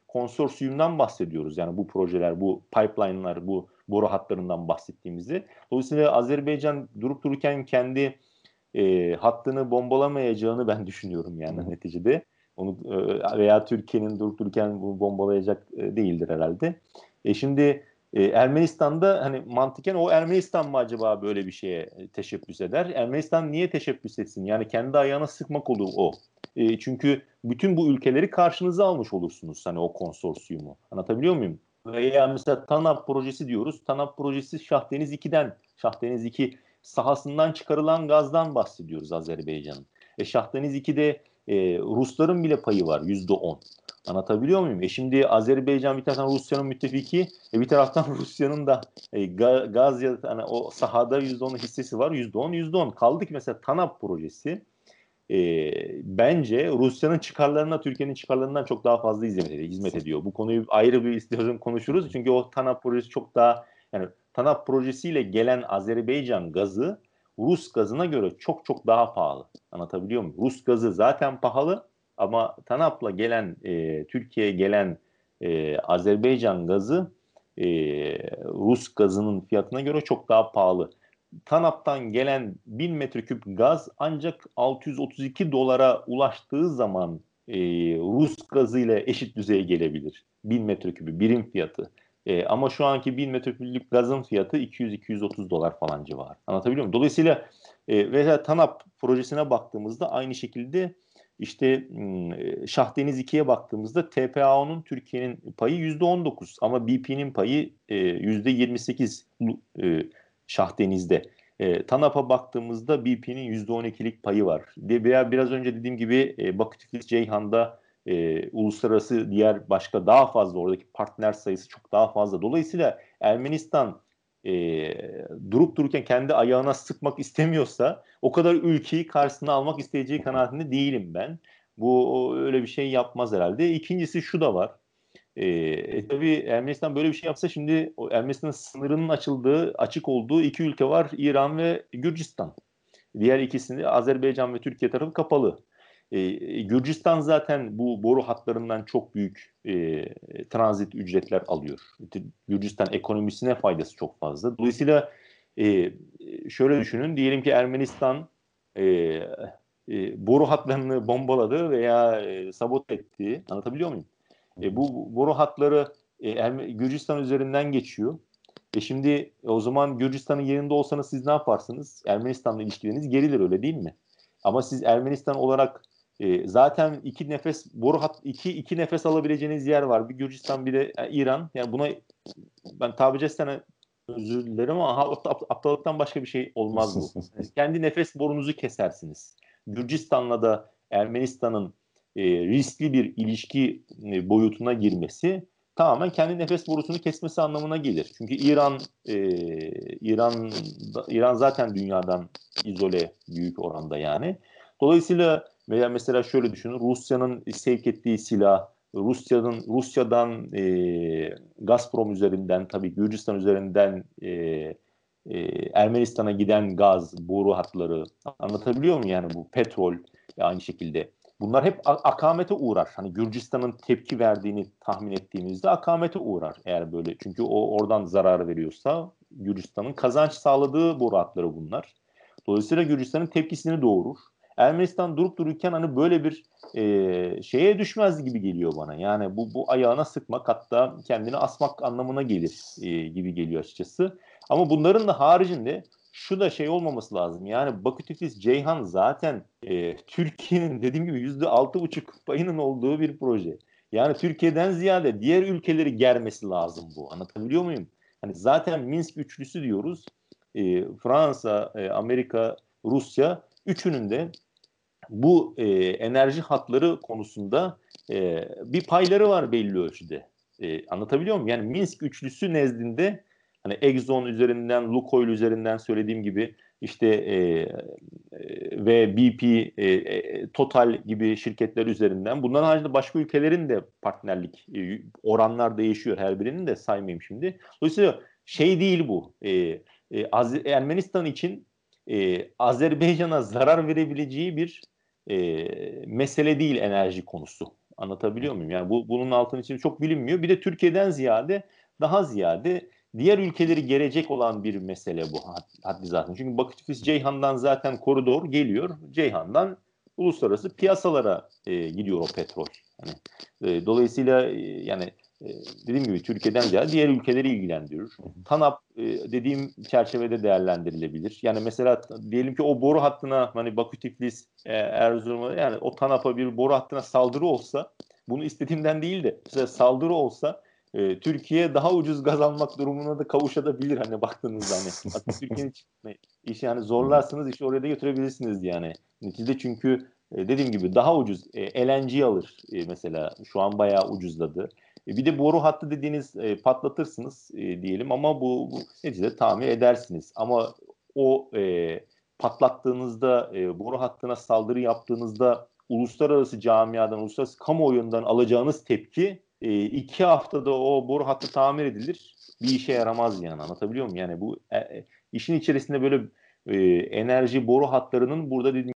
konsorsiyumdan bahsediyoruz. Yani bu projeler, bu pipeline'lar, bu boru hatlarından bahsettiğimizde. Dolayısıyla Azerbaycan durup dururken kendi e, hattını bombalamayacağını ben düşünüyorum yani Hı. neticede. Onu e, veya Türkiye'nin durup dururken bunu bombalayacak e, değildir herhalde. E şimdi e, Ermenistan'da hani mantıken o Ermenistan mı acaba böyle bir şeye teşebbüs eder? Ermenistan niye teşebbüs etsin? Yani kendi ayağına sıkmak olur o. E, çünkü bütün bu ülkeleri karşınıza almış olursunuz hani o konsorsiyumu. Anlatabiliyor muyum? Veya mesela TANAP projesi diyoruz. TANAP projesi Şahdeniz iki'den, Şahdeniz iki sahasından çıkarılan gazdan bahsediyoruz Azerbaycan'ın. E Şahdeniz iki'de e, Rusların bile payı var yüzde on. Anlatabiliyor muyum? E şimdi Azerbaycan bir taraftan Rusya'nın müttefiki, e bir taraftan Rusya'nın da e, gaz ya hani o sahada yüzde on hissesi var. yüzde on, yüzde on. Kaldık mesela TANAP projesi. E, bence Rusya'nın çıkarlarına Türkiye'nin çıkarlarından çok daha fazla hizmet ediyor. Hizmet ediyor. Bu konuyu ayrı bir istiyorum konuşuruz. Çünkü o TANAP projesi çok daha yani TANAP projesiyle gelen Azerbaycan gazı Rus gazına göre çok çok daha pahalı. Anlatabiliyor muyum? Rus gazı zaten pahalı ama TANAP'la gelen e, Türkiye'ye gelen e, Azerbaycan gazı e, Rus gazının fiyatına göre çok daha pahalı. TANAP'tan gelen bin metreküp gaz ancak altı yüz otuz iki dolara ulaştığı zaman e, Rus gazıyla eşit düzeye gelebilir. bin metreküpü birim fiyatı. E, ama şu anki bin metreküplük gazın fiyatı iki yüz iki yüz otuz dolar falan civarı. Anlatabiliyor muyum? Dolayısıyla e, ve TANAP projesine baktığımızda aynı şekilde işte e, Şahdeniz iki'ye baktığımızda T P A O'nun Türkiye'nin payı yüzde on dokuz ama B P'nin payı e, yüzde yirmi sekiz e, Şahdeniz'de. E, TANAP'a baktığımızda B P'nin yüzde on iki'lik payı var. Veya biraz önce dediğim gibi e, Bakü Tiflis Ceyhan'da e, uluslararası diğer başka daha fazla oradaki partner sayısı çok daha fazla. Dolayısıyla Ermenistan e, durup dururken kendi ayağına sıkmak istemiyorsa o kadar ülkeyi karşısına almak isteyeceği kanaatinde değilim ben. Bu öyle bir şey yapmaz herhalde. İkincisi şu da var. E, e, tabii Ermenistan böyle bir şey yapsa şimdi o Ermenistan'ın sınırının açıldığı, açık olduğu iki ülke var. İran ve Gürcistan. Diğer ikisini Azerbaycan ve Türkiye tarafı kapalı. E, Gürcistan zaten bu boru hatlarından çok büyük e, transit ücretler alıyor. Gürcistan ekonomisine faydası çok fazla. Dolayısıyla e, şöyle düşünün. Diyelim ki Ermenistan e, e, boru hatlarını bombaladı veya e, sabote etti. Anlatabiliyor muyum? E, bu boru hatları e, Gürcistan üzerinden geçiyor. E şimdi e, o zaman Gürcistan'ın yerinde olsanız siz ne yaparsınız? Ermenistan'la ilişkileriniz gerilir öyle değil mi? Ama siz Ermenistan olarak e, zaten iki nefes boru hat iki iki nefes alabileceğiniz yer var. Bir Gürcistan bir de e, İran. Yani buna ben tabi caizse özür dilerim ama aptallıktan başka bir şey olmaz bu. Yani kendi nefes borunuzu kesersiniz. Gürcistan'la da Ermenistan'ın e, riskli bir ilişki e, boyutuna girmesi tamamen kendi nefes borusunu kesmesi anlamına gelir. Çünkü İran e, İran İran zaten dünyadan izole büyük oranda yani. Dolayısıyla veya mesela şöyle düşünün Rusya'nın sevk ettiği silah, Rusya'nın Rusya'dan e, Gazprom üzerinden tabii Gürcistan üzerinden e, e, Ermenistan'a giden gaz, boru hatları anlatabiliyor muyum yani bu petrol aynı şekilde. Bunlar hep akamete uğrar. Hani Gürcistan'ın tepki verdiğini tahmin ettiğimizde akamete uğrar eğer böyle. Çünkü o oradan zarar veriyorsa Gürcistan'ın kazanç sağladığı boru hatları bunlar. Dolayısıyla Gürcistan'ın tepkisini doğurur. Ermenistan durup dururken hani böyle bir e, şeye düşmez gibi geliyor bana. Yani bu bu ayağına sıkmak hatta kendini asmak anlamına gelir e, gibi geliyor açıkçası. Ama bunların da haricinde şu da şey olmaması lazım. Yani Bakü Tiflis Ceyhan zaten e, Türkiye'nin dediğim gibi yüzde altı buçuk payının olduğu bir proje. Yani Türkiye'den ziyade diğer ülkeleri germesi lazım bu. Anlatabiliyor muyum? Hani zaten Minsk üçlüsü diyoruz. E, Fransa, e, Amerika, Rusya üçünün de bu e, enerji hatları konusunda e, bir payları var belli ölçüde. E, anlatabiliyor muyum? Yani Minsk üçlüsü nezdinde hani Exxon üzerinden, Lukoil üzerinden söylediğim gibi işte e, e, ve B P, e, e, Total gibi şirketler üzerinden bunların haricinde başka ülkelerin de partnerlik e, oranlar değişiyor her birinin de saymayayım şimdi. Dolayısıyla şey değil bu. E, e, Az Ermenistan için e, Azerbaycan'a zarar verebileceği bir e, mesele değil enerji konusu. Anlatabiliyor muyum? Yani bu bunun altını için çok bilinmiyor. Bir de Türkiye'den ziyade daha ziyade diğer ülkeleri gelecek olan bir mesele bu haddi zaten. Çünkü Bakü Tiflis Ceyhan'dan zaten koridor geliyor. Ceyhan'dan uluslararası piyasalara e, gidiyor o petrol. Yani, e, dolayısıyla e, yani e, dediğim gibi Türkiye'den ziyade diğer ülkeleri ilgilendiriyor. TANAP e, dediğim çerçevede değerlendirilebilir. Yani mesela diyelim ki o boru hattına hani Bakü Tiflis e, Erzurum'a yani o TANAP'a bir boru hattına saldırı olsa bunu istediğimden değil de mesela saldırı olsa e, Türkiye daha ucuz gaz almak durumuna da kavuşabilir hani baktığınızda hani. Hatta Türkiye'nin işi hani zorlarsanız işi oraya da götürebilirsiniz yani. Neticede çünkü e, dediğim gibi daha ucuz e, L N G alır e, mesela şu an bayağı ucuzladı. E, bir de boru hattı dediğiniz e, patlatırsınız e, diyelim ama bu, bu neticede tamir edersiniz. Ama o e, patlattığınızda e, boru hattına saldırı yaptığınızda uluslararası camiadan, uluslararası kamuoyundan alacağınız tepki e, iki haftada o boru hattı tamir edilir. Bir işe yaramaz yani anlatabiliyor muyum? Yani bu e, e, işin içerisinde böyle e, enerji boru hatlarının burada dediğim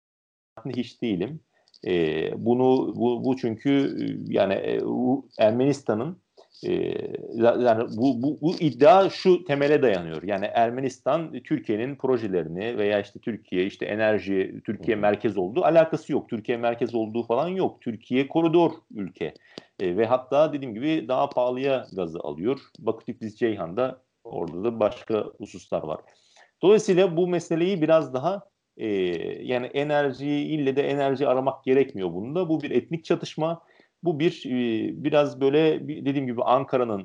hiç değilim. E, bunu bu, bu çünkü yani e, Ermenistan'ın e, yani bu, bu, bu iddia şu temele dayanıyor. Yani Ermenistan Türkiye'nin projelerini veya işte Türkiye işte enerji Türkiye merkez olduğu alakası yok. Türkiye merkez olduğu falan yok. Türkiye koridor ülke. E, ve hatta dediğim gibi daha pahalıya gazı alıyor. Bakü Tiflis Ceyhan'da orada da başka hususlar var. Dolayısıyla bu meseleyi biraz daha e, yani enerjiyi ille de enerji aramak gerekmiyor bunda. Bu bir etnik çatışma. Bu bir e, biraz böyle bir, dediğim gibi Ankara'nın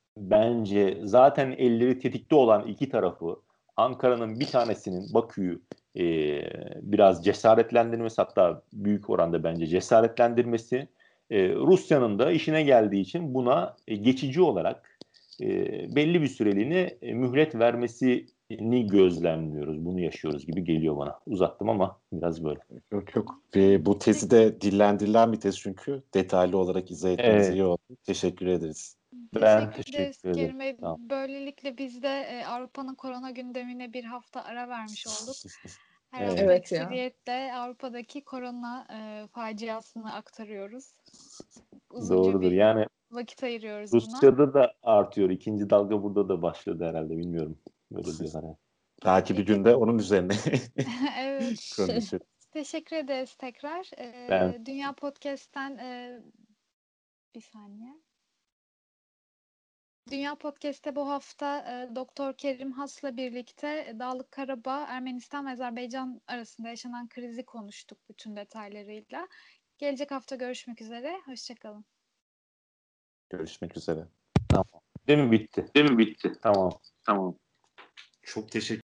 bence zaten elleri tetikte olan iki tarafı Ankara'nın bir tanesinin Bakü'yü e, biraz cesaretlendirmesi hatta büyük oranda bence cesaretlendirmesi e, Rusya'nın da işine geldiği için buna e, geçici olarak e, belli bir süreliğine e, mühlet vermesini gözlemliyoruz. Bunu yaşıyoruz gibi geliyor bana. Uzattım ama biraz böyle. Yok yok. Ve bu tezi de dillendirilen bir tez çünkü. Detaylı olarak izah etmeniz Evet. iyi oldu. Teşekkür ederiz. Ben Teşekkür ederiz teşekkür ederim. Kerim Bey. Tamam. Böylelikle biz de e, Avrupa'nın korona gündemine bir hafta ara vermiş olduk. Her Evet. hafta Evet ya. ekseriyetle Avrupa'daki korona e, faciasını aktarıyoruz. Uzunca Doğrudur. bir Yani vakit ayırıyoruz buna. Rusya'da da artıyor. İkinci dalga burada da başladı herhalde. Bilmiyorum. Böyle diyorlar. Yani. Belki bir günde onun üzerine Evet. konuşuruz. Teşekkür ederiz tekrar. Ben Ee, Dünya Podcast'ten e, bir saniye. Dünya Podcast'te bu hafta e, Doktor Kerim Has'la birlikte Dağlık Karabağ, Ermenistan ve Azerbaycan arasında yaşanan krizi konuştuk bütün detaylarıyla. Gelecek hafta görüşmek üzere. Hoşçakalın. Görüşmek üzere. tamam. Değil mi bitti? Değil mi? Bitti. Tamam. Tamam. Çok teşekkür